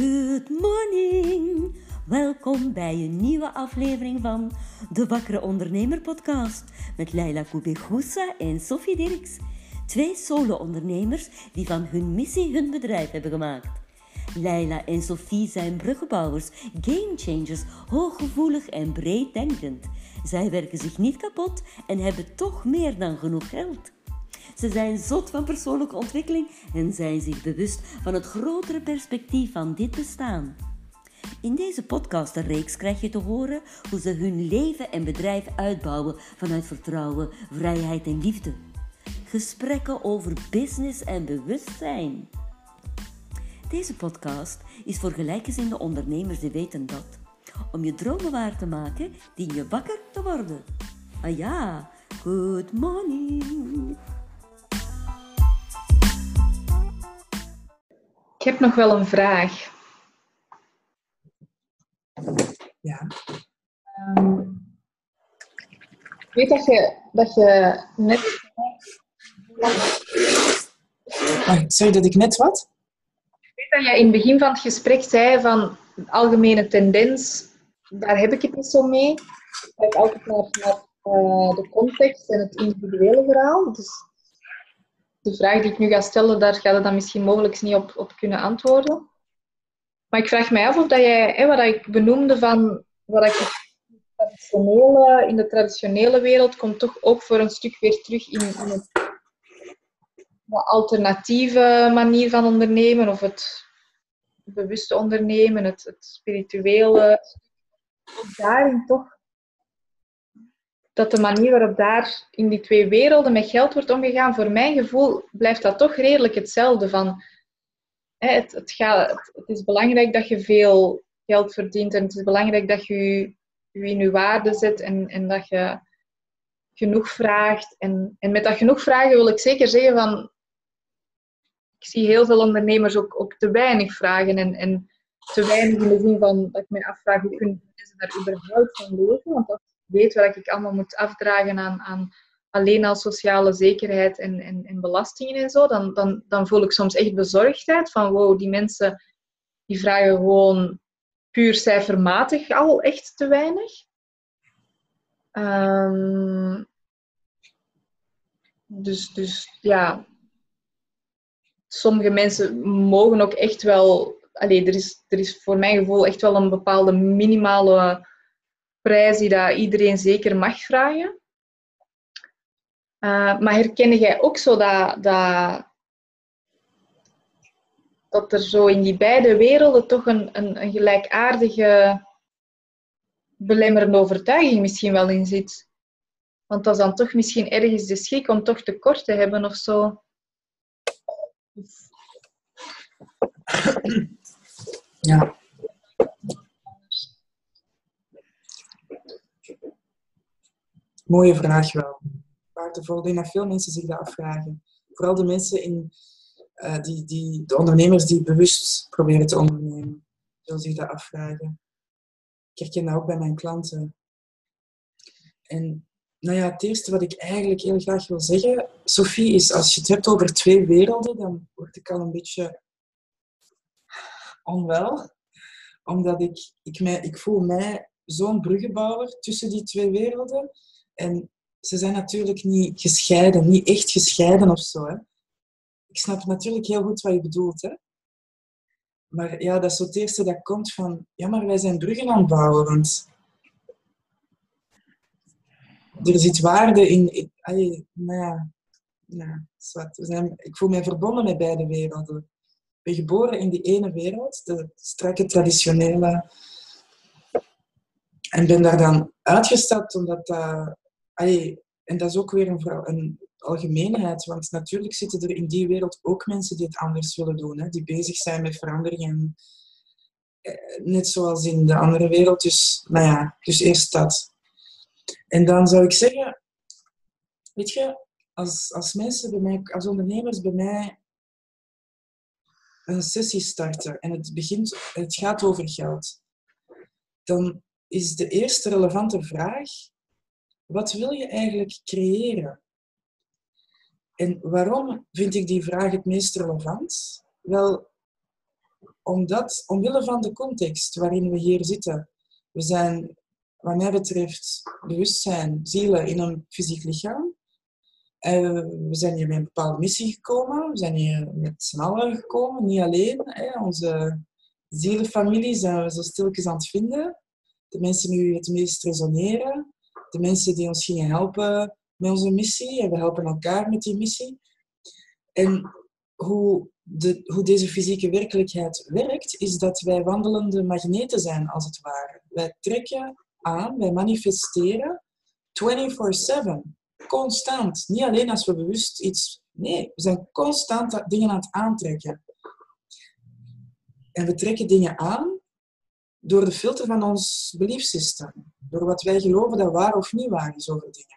Good morning! Welkom bij een nieuwe aflevering van de Wakkere Ondernemer podcast met Laila Koubegoussa en Sophie Dirks. 2 solo-ondernemers die van hun missie hun bedrijf hebben gemaakt. Laila en Sophie zijn bruggenbouwers, gamechangers, hooggevoelig en breeddenkend. Zij werken zich niet kapot en hebben toch meer dan genoeg geld. Ze zijn zot van persoonlijke ontwikkeling en zijn zich bewust van het grotere perspectief van dit bestaan. In deze podcastreeks krijg je te horen hoe ze hun leven en bedrijf uitbouwen vanuit vertrouwen, vrijheid en liefde. Gesprekken over business en bewustzijn. Deze podcast is voor gelijkgezinde ondernemers die weten dat. Om je dromen waar te maken, dien je wakker te worden. Ah ja, good morning! Ik heb nog wel een vraag. Ja. Ik weet dat je net... Sorry, dat ik net wat? Ik weet dat je in het begin van het gesprek zei van de algemene tendens, daar heb ik het niet zo mee. Ik kijk altijd naar de context en het individuele verhaal. Dus de vraag die ik nu ga stellen, daar gaat het dan misschien mogelijk niet op kunnen antwoorden. Maar ik vraag mij af of dat jij, wat ik benoemde van wat ik in de traditionele wereld komt toch ook voor een stuk weer terug in het alternatieve manier van ondernemen of het bewuste ondernemen, het spirituele. Ook daarin toch dat de manier waarop daar in die 2 werelden met geld wordt omgegaan, voor mijn gevoel blijft dat toch redelijk hetzelfde. Van, het is belangrijk dat je veel geld verdient en het is belangrijk dat je in je waarde zet en dat je genoeg vraagt. En met dat genoeg vragen wil ik zeker zeggen van, ik zie heel veel ondernemers ook te weinig vragen en te weinig in de zin van dat ik me afvraag hoe kunnen mensen daar überhaupt van leven, want als ik weet wat ik allemaal moet afdragen aan alleen al sociale zekerheid en belastingen en zo, dan voel ik soms echt bezorgdheid van wow, die mensen die vragen gewoon puur cijfermatig al echt te weinig. Dus ja, sommige mensen mogen ook echt wel... er is voor mijn gevoel echt wel een bepaalde minimale prijs die dat iedereen zeker mag vragen. Maar herken jij ook zo dat er zo in die beide werelden toch een gelijkaardige belemmerende overtuiging misschien wel in zit? Want dat is dan toch misschien ergens de schrik om toch tekort te hebben of zo. Ja. Mooie vraag wel. Waardevol. Ik denk dat veel mensen zich dat afvragen. Vooral de mensen de ondernemers die bewust proberen te ondernemen, zullen zich dat afvragen. Ik herken dat ook bij mijn klanten. En nou ja, het eerste wat ik eigenlijk heel graag wil zeggen, Sophie, is als je het hebt over 2 werelden, dan word ik al een beetje onwel. Omdat ik voel mij zo'n bruggenbouwer tussen die 2 werelden. En ze zijn natuurlijk niet gescheiden, niet echt gescheiden of zo. Hè. Ik snap natuurlijk heel goed wat je bedoelt. Hè. Maar ja, dat is zo het eerste dat komt van... Ja, maar wij zijn bruggen aan het bouwen, want... Er zit waarde in... Ik voel mij verbonden met beide werelden. Ik ben geboren in die ene wereld, de strakke, traditionele... En ben daar dan uitgestapt, omdat dat... En dat is ook weer een algemeenheid, want natuurlijk zitten er in die wereld ook mensen die het anders willen doen, hè, die bezig zijn met verandering. En, net zoals in de andere wereld. Dus eerst dat. En dan zou ik zeggen, weet je, als mensen bij mij, als ondernemers bij mij een sessie starten en het gaat over geld, dan is de eerste relevante vraag: wat wil je eigenlijk creëren? En waarom vind ik die vraag het meest relevant? Wel, omwille van de context waarin we hier zitten. We zijn, wat mij betreft, bewustzijn, zielen in een fysiek lichaam. We zijn hier met een bepaalde missie gekomen. We zijn hier met z'n allen gekomen, niet alleen. Onze zielenfamilie zijn we zo stilletjes aan het vinden. De mensen die nu het meest resoneren. De mensen die ons gingen helpen met onze missie. En we helpen elkaar met die missie. En hoe deze fysieke werkelijkheid werkt, is dat wij wandelende magneten zijn, als het ware. Wij trekken aan, wij manifesteren 24/7. Constant. Niet alleen als we bewust iets... Nee, we zijn constant dingen aan het aantrekken. En we trekken dingen aan door de filter van ons beliefsysteem. Door wat wij geloven dat waar of niet waar is over dingen.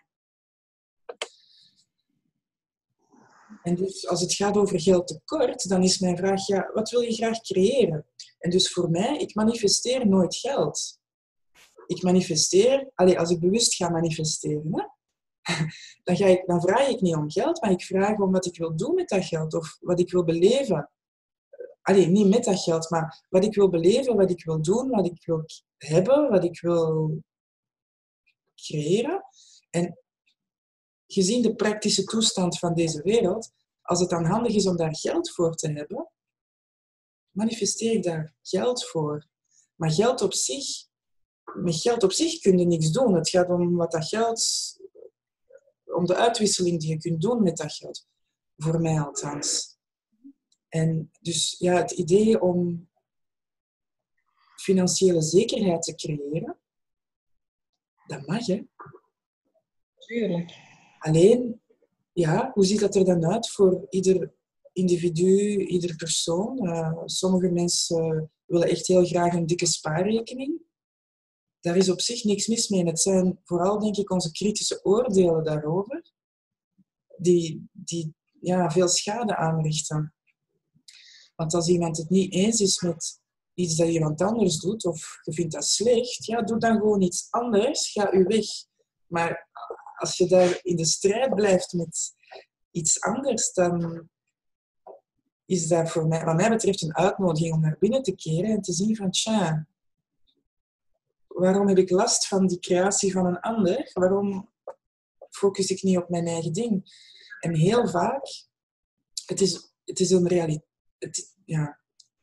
En dus als het gaat over geldtekort, dan is mijn vraag, ja, wat wil je graag creëren? En dus voor mij, ik manifesteer nooit geld. Ik manifesteer, als ik bewust ga manifesteren, hè, dan vraag ik niet om geld, maar ik vraag om wat ik wil doen met dat geld of wat ik wil beleven. Niet met dat geld, maar wat ik wil beleven, wat ik wil doen, wat ik wil hebben, wat ik wil creëren. En gezien de praktische toestand van deze wereld, als het dan handig is om daar geld voor te hebben, manifesteer ik daar geld voor. Maar met geld op zich kun je niks doen. Het gaat om wat dat geld, om de uitwisseling die je kunt doen met dat geld. Voor mij althans. En dus ja, het idee om financiële zekerheid te creëren, dat mag, hè. Tuurlijk. Alleen, ja, hoe ziet dat er dan uit voor ieder individu, ieder persoon? Sommige mensen willen echt heel graag een dikke spaarrekening. Daar is op zich niks mis mee. Het zijn vooral, denk ik, onze kritische oordelen daarover die veel schade aanrichten. Want als iemand het niet eens is met iets dat iemand anders doet, of je vindt dat slecht, ja, doe dan gewoon iets anders, ga u weg. Maar als je daar in de strijd blijft met iets anders, dan is dat voor mij, wat mij betreft, een uitnodiging om naar binnen te keren en te zien van, tja, waarom heb ik last van die creatie van een ander? Waarom focus ik niet op mijn eigen ding? En heel vaak, het is een realiteit. Ja.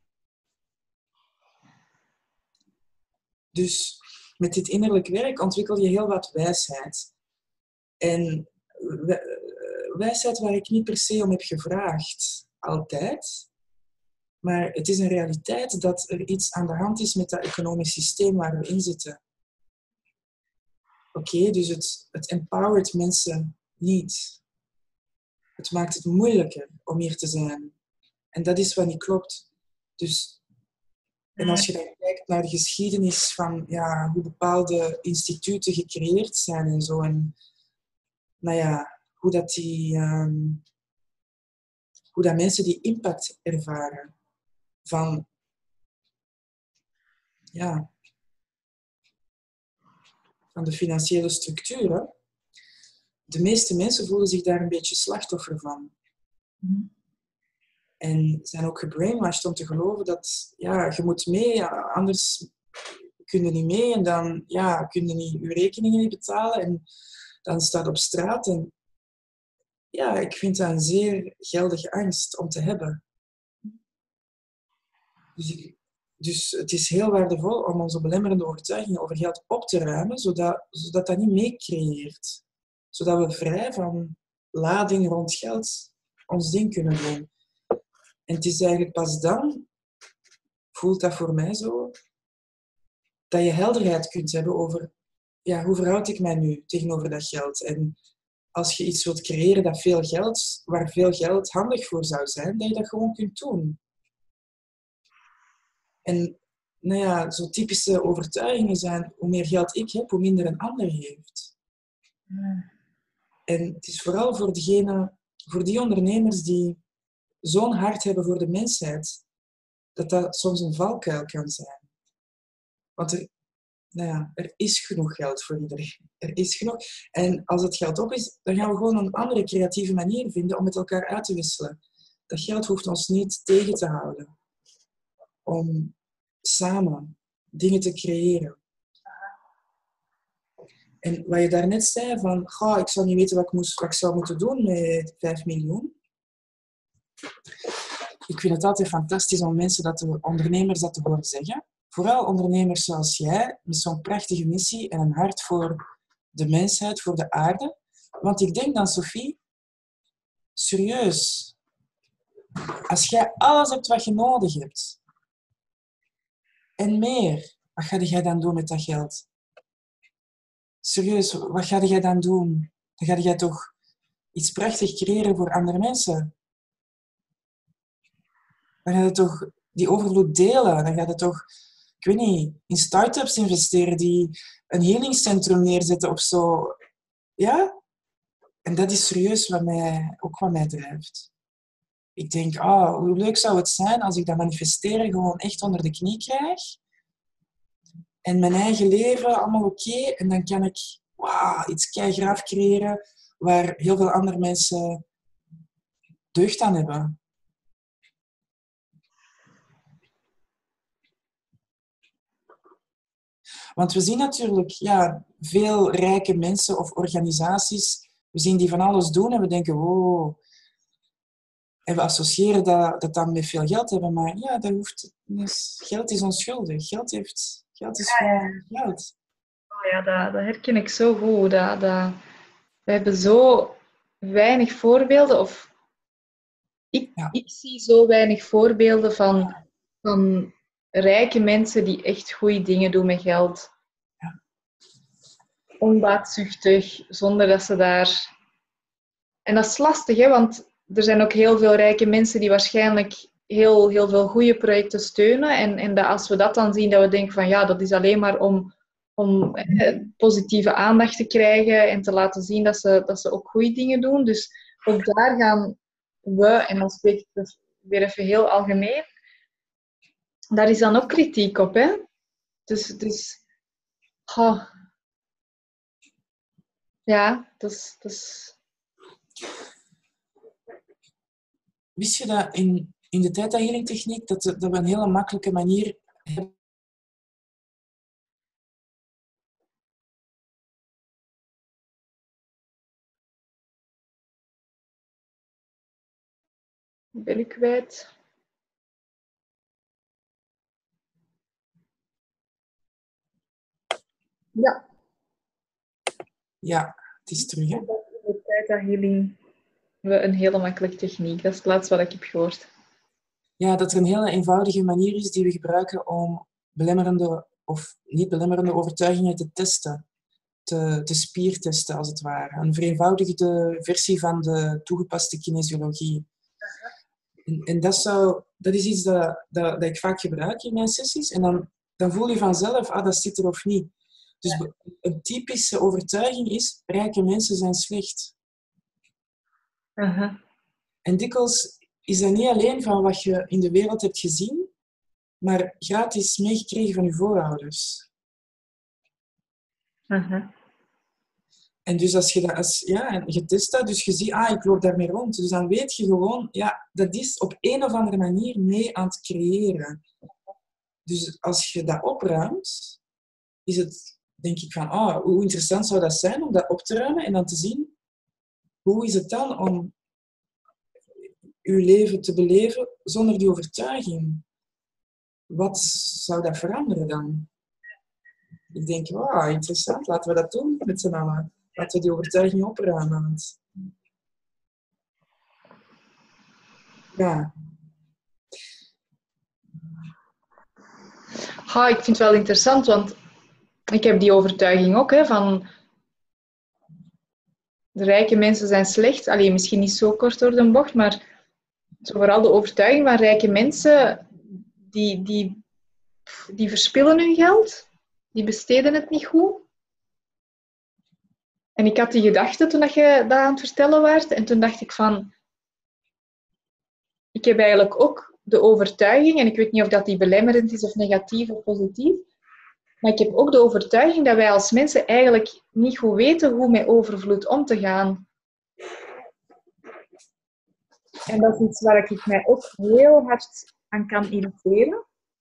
Dus met dit innerlijk werk ontwikkel je heel wat wijsheid. En wijsheid waar ik niet per se om heb gevraagd, altijd. Maar het is een realiteit dat er iets aan de hand is met dat economisch systeem waar we in zitten. Oké, dus het empowert mensen niet. Het maakt het moeilijker om hier te zijn. En dat is wat niet klopt. Dus, en als je dan kijkt naar de geschiedenis van hoe bepaalde instituten gecreëerd zijn en zo, en hoe dat mensen die impact ervaren van de financiële structuren, de meeste mensen voelen zich daar een beetje slachtoffer van. En zijn ook gebrainwashed om te geloven dat je moet mee, anders kun je niet mee en dan kun je niet je rekeningen niet betalen en dan staat op straat. En ik vind dat een zeer geldige angst om te hebben. Dus het is heel waardevol om onze belemmerende overtuigingen over geld op te ruimen, zodat dat niet meecreëert. Zodat we vrij van lading rond geld ons ding kunnen doen. En het is eigenlijk pas dan, voelt dat voor mij zo, dat je helderheid kunt hebben over hoe verhoud ik mij nu tegenover dat geld. En als je iets wilt creëren waar veel geld handig voor zou zijn, dat je dat gewoon kunt doen. En zo typische overtuigingen zijn, hoe meer geld ik heb, hoe minder een ander heeft. En het is vooral voor die ondernemers die zo'n hart hebben voor de mensheid, dat soms een valkuil kan zijn. Want er is genoeg geld voor iedereen. Er is genoeg. En als het geld op is, dan gaan we gewoon een andere creatieve manier vinden om met elkaar uit te wisselen. Dat geld hoeft ons niet tegen te houden. om samen dingen te creëren. En wat je daarnet zei van, ik zou niet weten wat ik zou moeten doen met 5 miljoen. Ik vind het altijd fantastisch om ondernemers dat te horen zeggen. Vooral ondernemers zoals jij, met zo'n prachtige missie en een hart voor de mensheid, voor de aarde. Want ik denk dan, Sophie, serieus, als jij alles hebt wat je nodig hebt, en meer, wat ga jij dan doen met dat geld? Serieus, wat ga jij dan doen? Dan ga jij toch iets prachtigs creëren voor andere mensen? Dan ga je toch die overvloed delen? Dan ga je toch, ik weet niet, in start-ups investeren die een helingscentrum neerzetten of zo? Ja? En dat is serieus wat mij drijft. Ik denk, hoe leuk zou het zijn als ik dat manifesteren gewoon echt onder de knie krijg. En mijn eigen leven, allemaal oké. En dan kan ik iets keigraaf creëren waar heel veel andere mensen deugd aan hebben. Want we zien natuurlijk veel rijke mensen of organisaties, we zien die van alles doen en we denken, wow. En we associëren dat dan met veel geld hebben, maar ja, dat hoeft niet. Geld is onschuldig. Geld is gewoon geld. Oh ja, dat herken ik zo goed. We hebben zo weinig voorbeelden, of ik zie zo weinig voorbeelden van rijke mensen die echt goede dingen doen met geld. Ja. Onbaatzuchtig, zonder dat ze daar... En dat is lastig, hè, want er zijn ook heel veel rijke mensen die waarschijnlijk heel, heel veel goede projecten steunen. En dat als we dat dan zien, dat we denken van ja, dat is alleen maar om positieve aandacht te krijgen en te laten zien dat ze ook goede dingen doen. Dus ook daar gaan we, en dan spreek ik dus weer even heel algemeen, daar is dan ook kritiek op, hè. Dus ja, dat is... Wist je dat in de Theta Healing techniek dat we een hele makkelijke manier hebben? Ben ik kwijt? Ja. Ja, het is terug, hè? In de Theta Healing hebben we een hele makkelijke techniek. Dat is het laatste wat ik heb gehoord. Ja, dat er een hele eenvoudige manier is die we gebruiken om belemmerende of niet belemmerende overtuigingen te testen. Te spiertesten, als het ware. Een vereenvoudigde versie van de toegepaste kinesiologie. En dat is iets dat ik vaak gebruik in mijn sessies. En dan voel je vanzelf, dat zit er of niet. Dus een typische overtuiging is, rijke mensen zijn slecht. Uh-huh. En dikwijls is dat niet alleen van wat je in de wereld hebt gezien, maar gratis meegekregen van je voorouders. Uh-huh. En dus als je test dat, dus je ziet, ik loop daarmee rond. Dus dan weet je gewoon, dat is op een of andere manier mee aan het creëren. Dus als je dat opruimt, is het, denk ik van, hoe interessant zou dat zijn om dat op te ruimen en dan te zien, hoe is het dan om je leven te beleven zonder die overtuiging? Wat zou dat veranderen dan? Ik denk, interessant, laten we dat doen met z'n allen. Laten we die overtuiging opruimen. Want... Ja. Ik vind het wel interessant, want ik heb die overtuiging ook, hè, van de rijke mensen zijn slecht. Allee, misschien niet zo kort door de bocht, maar vooral de overtuiging van rijke mensen, die verspillen hun geld, die besteden het niet goed. En ik had die gedachte toen je dat aan het vertellen was, en toen dacht ik van, ik heb eigenlijk ook de overtuiging, en ik weet niet of dat die belemmerend is of negatief of positief, maar ik heb ook de overtuiging dat wij als mensen eigenlijk niet goed weten hoe met overvloed om te gaan. En dat is iets waar ik mij ook heel hard aan kan irriteren.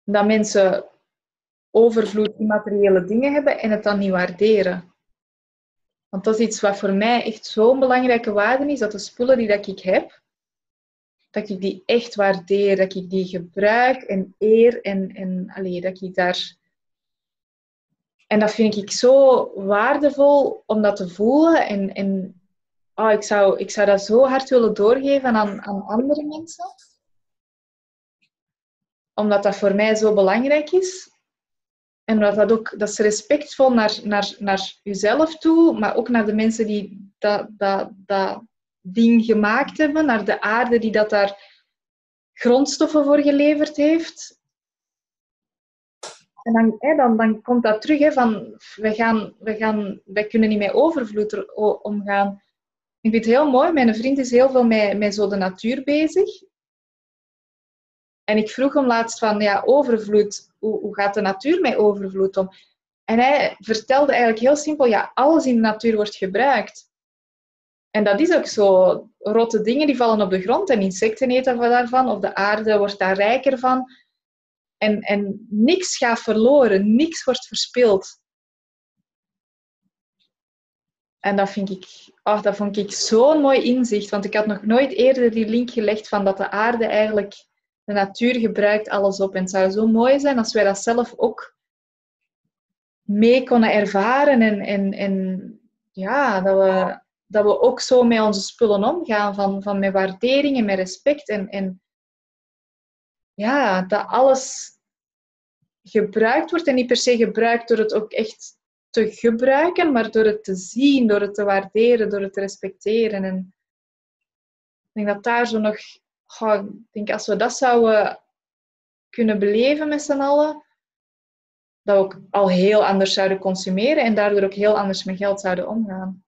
dat mensen overvloed in materiële dingen hebben en het dan niet waarderen. Want dat is iets wat voor mij echt zo'n belangrijke waarde is, dat de spullen die dat ik heb, dat ik die echt waardeer, dat ik die gebruik en eer en allee, dat ik daar... En dat vind ik zo waardevol om dat te voelen en ik zou dat zo hard willen doorgeven aan andere mensen. Omdat dat voor mij zo belangrijk is. En dat is respectvol naar jezelf toe, maar ook naar de mensen die dat ding gemaakt hebben, naar de aarde die dat daar grondstoffen voor geleverd heeft. En dan komt dat terug, hè, van wij kunnen niet met overvloed omgaan. Ik vind het heel mooi, mijn vriend is heel veel met zo de natuur bezig. En ik vroeg hem laatst van, ja, overvloed, hoe gaat de natuur met overvloed om? En hij vertelde eigenlijk heel simpel, ja, alles in de natuur wordt gebruikt. En dat is ook zo. Rotte dingen die vallen op de grond en insecten eten daarvan, of de aarde wordt daar rijker van. En niks gaat verloren, niks wordt verspild. En dat vond ik zo'n mooi inzicht, want ik had nog nooit eerder die link gelegd van dat de aarde eigenlijk, de natuur gebruikt alles op. En het zou zo mooi zijn als wij dat zelf ook mee konden ervaren en ja, dat we ook zo met onze spullen omgaan, van met waardering en met respect en ja, dat alles gebruikt wordt en niet per se gebruikt door het ook echt te gebruiken, maar door het te zien, door het te waarderen, door het te respecteren. En ik denk dat daar zo nog... ik denk als we dat zouden kunnen beleven met z'n allen, dat we ook al heel anders zouden consumeren en daardoor ook heel anders met geld zouden omgaan.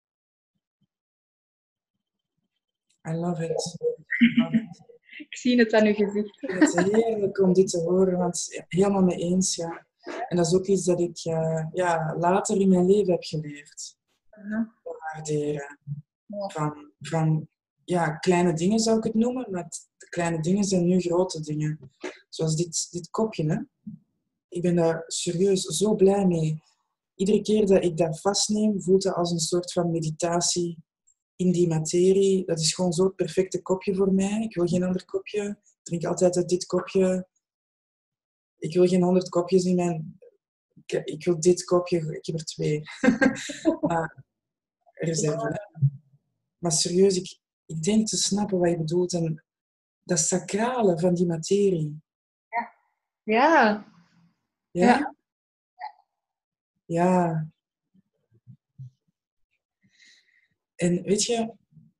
I love it. Ik zie het aan uw gezicht. Ik vind het heerlijk om dit te horen, want helemaal mee eens, ja. En dat is ook iets dat ik later in mijn leven heb geleerd. Te waarderen. Van kleine dingen zou ik het noemen, maar de kleine dingen zijn nu grote dingen. Zoals dit kopje, hè. Ik ben daar serieus zo blij mee. Iedere keer dat ik dat vastneem, voelt dat als een soort van meditatie in die materie. Dat is gewoon zo het perfecte kopje voor mij. Ik wil geen ander kopje. Ik drink altijd uit dit kopje. Ik wil geen 100 kopjes in mijn... Ik wil dit kopje. Ik heb er 2. Maar reserve. Hè? Maar serieus, ik denk te snappen wat je bedoelt. En dat sacrale van die materie. Ja. Ja? Ja. En weet je,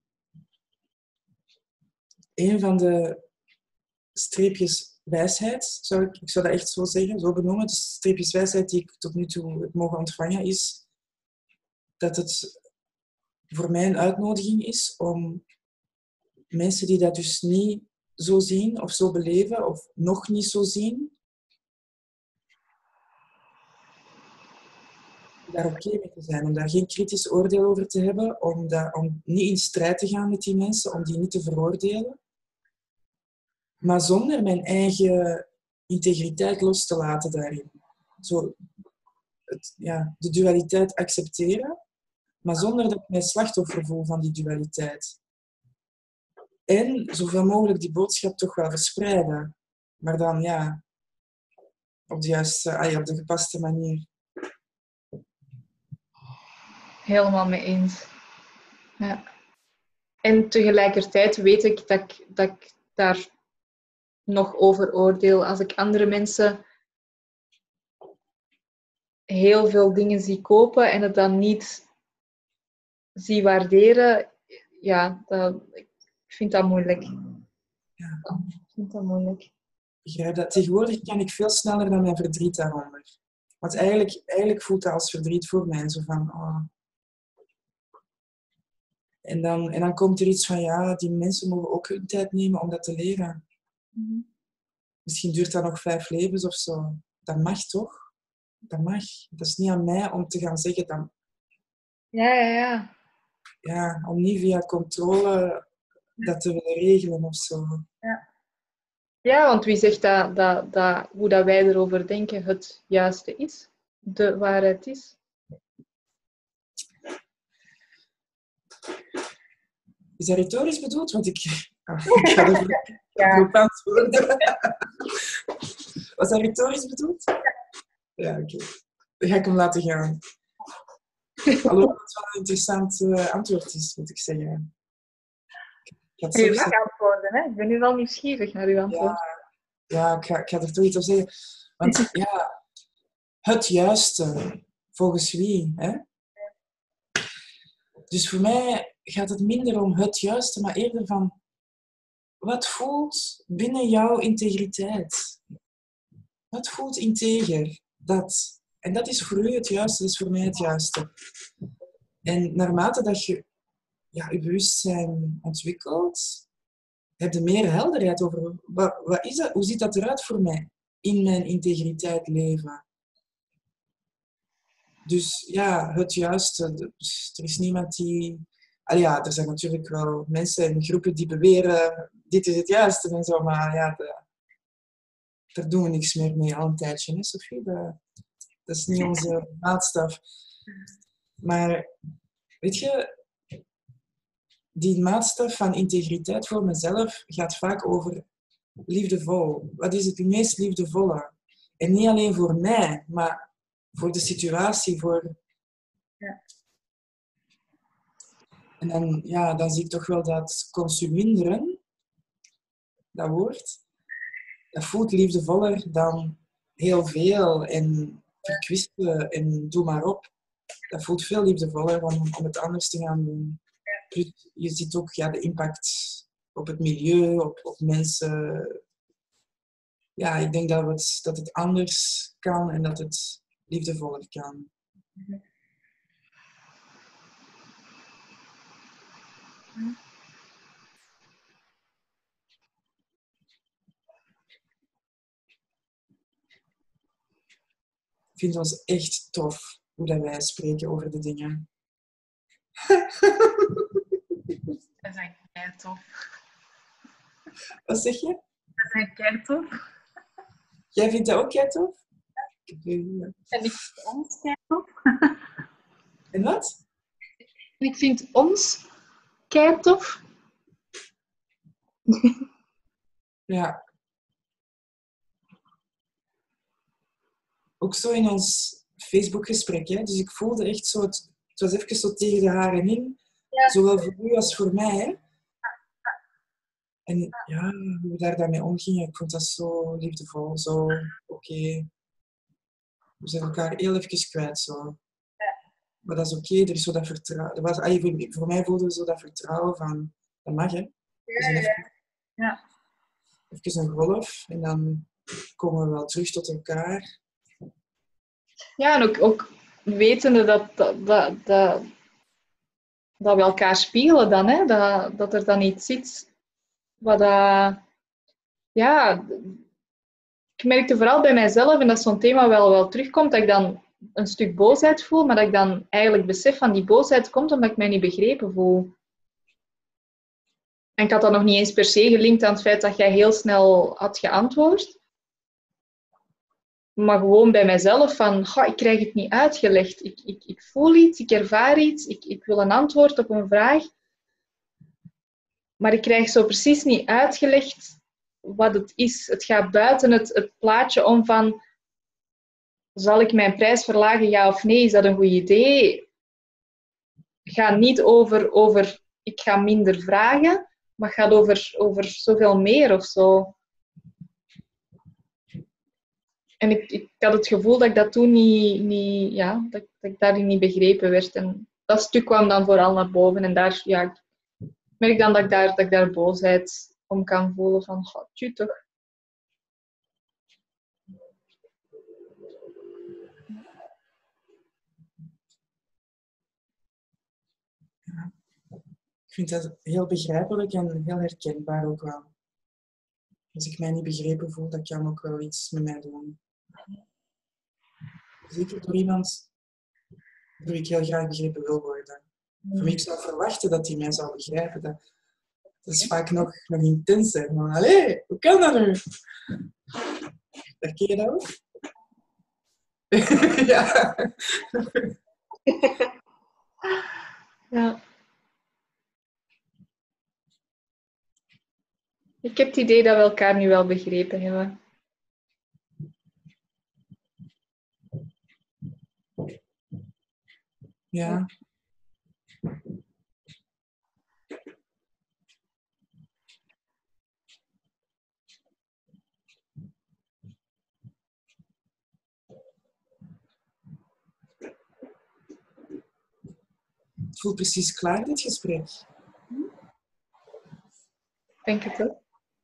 een van de streepjes wijsheid, ik zou dat echt zo zeggen, zo benoemen, de streepjes wijsheid die ik tot nu toe heb mogen ontvangen, is dat het voor mij een uitnodiging is om mensen die dat dus niet zo zien of zo beleven of nog niet zo zien, daar oké mee te zijn, om daar geen kritisch oordeel over te hebben, om niet in strijd te gaan met die mensen, om die niet te veroordelen, maar zonder mijn eigen integriteit los te laten daarin. Zo, de dualiteit accepteren, maar zonder dat ik mij slachtoffer voel van die dualiteit. En zoveel mogelijk die boodschap toch wel verspreiden, maar dan op de gepaste manier. Helemaal mee eens. Ja. En tegelijkertijd weet ik dat ik daar nog over oordeel. Als ik andere mensen heel veel dingen zie kopen en het dan niet zie waarderen, ik vind dat moeilijk. Ja. Ik vind dat moeilijk. Ik begrijp dat. Tegenwoordig kan ik veel sneller dan mijn verdriet daaronder. Want eigenlijk voelt dat als verdriet voor mij. Zo van, oh. En dan komt er iets van, die mensen mogen ook hun tijd nemen om dat te leren. Mm-hmm. Misschien duurt dat nog 5 levens of zo. Dat mag toch? Dat mag. Dat is niet aan mij om te gaan zeggen dat... Ja. Ja, om niet via controle dat te willen regelen of zo. Ja, want wie zegt dat hoe dat wij erover denken het juiste is? De waarheid is? Is dat retorisch bedoeld? Want ik ga er op antwoorden. Was dat retorisch bedoeld? Ja, oké. Dan ga ik hem laten gaan. Alhoewel het wel een interessant antwoord is, moet ik zeggen. Je mag antwoorden, hè? Ik ben nu wel nieuwsgierig naar uw antwoord. Ja, ik ga er toch iets op zeggen. Want ja, het juiste, volgens wie? Hè? Dus voor mij gaat het minder om het juiste, maar eerder van wat voelt binnen jouw integriteit? Wat voelt integer? Dat. En dat is voor u het juiste, dat is voor mij het juiste. En naarmate dat je je bewustzijn ontwikkelt, heb je meer helderheid over wat is dat? Hoe ziet dat eruit voor mij in mijn integriteit leven? Dus ja, het juiste. Er is niemand die... er zijn natuurlijk wel mensen en groepen die beweren dit is het juiste en zo, maar ja, daar doen we niks meer mee al een tijdje, hè, Sophie? Dat is niet onze maatstaf. Maar weet je, die maatstaf van integriteit voor mezelf gaat vaak over liefdevol. Wat is het meest liefdevolle? En niet alleen voor mij, maar voor de situatie, voor... Ja. En dan zie ik toch wel dat consuminderen, dat woord, dat voelt liefdevoller dan heel veel en verkwisten en doe maar op. Dat voelt veel liefdevoller om het anders te gaan doen. Plus, je ziet ook de impact op het milieu, op mensen. Ja, ik denk dat het anders kan en dat het liefdevoller kan. Ik vind ons echt tof hoe dat wij spreken over de dingen. Dat is kei tof. Wat zeg je? Dat is kei tof. Jij vindt dat ook kei tof? En ik vind ons kei tof. En wat? Ik vind ons kei tof. Ja. Ook zo in ons Facebook-gesprek. Hè? Dus ik voelde echt zo... Het was even zo tegen de haren in. Ja. Zowel voor u als voor mij. Hè? En ja, hoe we daar dan mee omgingen, ik vond dat zo liefdevol. Zo, oké. We zijn elkaar heel even kwijt. Zo. Maar dat is oké. Er is zo dat vertrouwen. Voor mij voelde zo dat vertrouwen van... Dat mag, hè. We zijn even een golf. En dan komen we wel terug tot elkaar. Ja, en ook wetende dat we elkaar spiegelen dan, hè? Dat er dan iets zit wat ik merkte vooral bij mijzelf, en dat zo'n thema wel terugkomt, dat ik dan een stuk boosheid voel, maar dat ik dan eigenlijk besef van die boosheid komt omdat ik mij niet begrepen voel. En ik had dat nog niet eens per se gelinkt aan het feit dat jij heel snel had geantwoord. Maar gewoon bij mijzelf van, ik krijg het niet uitgelegd. Ik voel iets, ik ervaar iets, ik wil een antwoord op een vraag. Maar ik krijg zo precies niet uitgelegd wat het is. Het gaat buiten het plaatje om van, zal ik mijn prijs verlagen, ja of nee? Is dat een goed idee? Het gaat niet over ik ga minder vragen, maar het gaat over zoveel meer of zo. En ik had het gevoel dat ik dat toen dat ik daarin niet begrepen werd. En dat stuk kwam dan vooral naar boven. En daar, ik merk dan dat ik daar boosheid om kan voelen. Van, tju toch. Ja. Ik vind dat heel begrijpelijk en heel herkenbaar ook wel. Als ik mij niet begrepen voel, dat kan ook wel iets met mij doen. Zeker door iemand door wie ik heel graag begrepen wil worden. Voor wie ik zou verwachten dat hij mij zou begrijpen. Dat is vaak nog intenser. Maar allee, hoe kan dat nu? Herken je dat ook? Ja. Ja. Ik heb het idee dat we elkaar nu wel begrepen hebben. Ja. Het voelt precies klaar, dit gesprek. Denk het ook.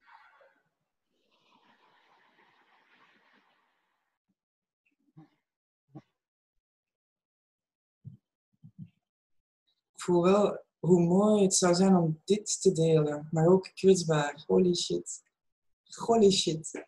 Ik voel wel hoe mooi het zou zijn om dit te delen, maar ook kwetsbaar. Holy shit. Holy shit.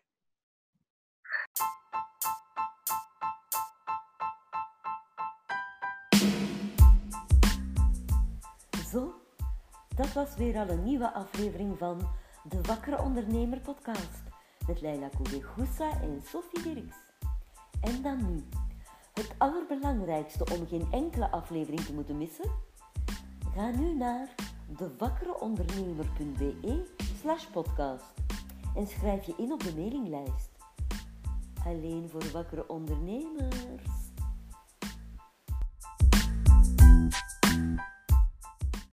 Zo, dat was weer al een nieuwe aflevering van de Wakkere Ondernemer podcast met Leila Koubegoussa en Sophie Dirks. En dan nu, het allerbelangrijkste om geen enkele aflevering te moeten missen? Ga nu naar dewakkereondernemer.be/podcast en schrijf je in op de mailinglijst. Alleen voor wakkere ondernemers.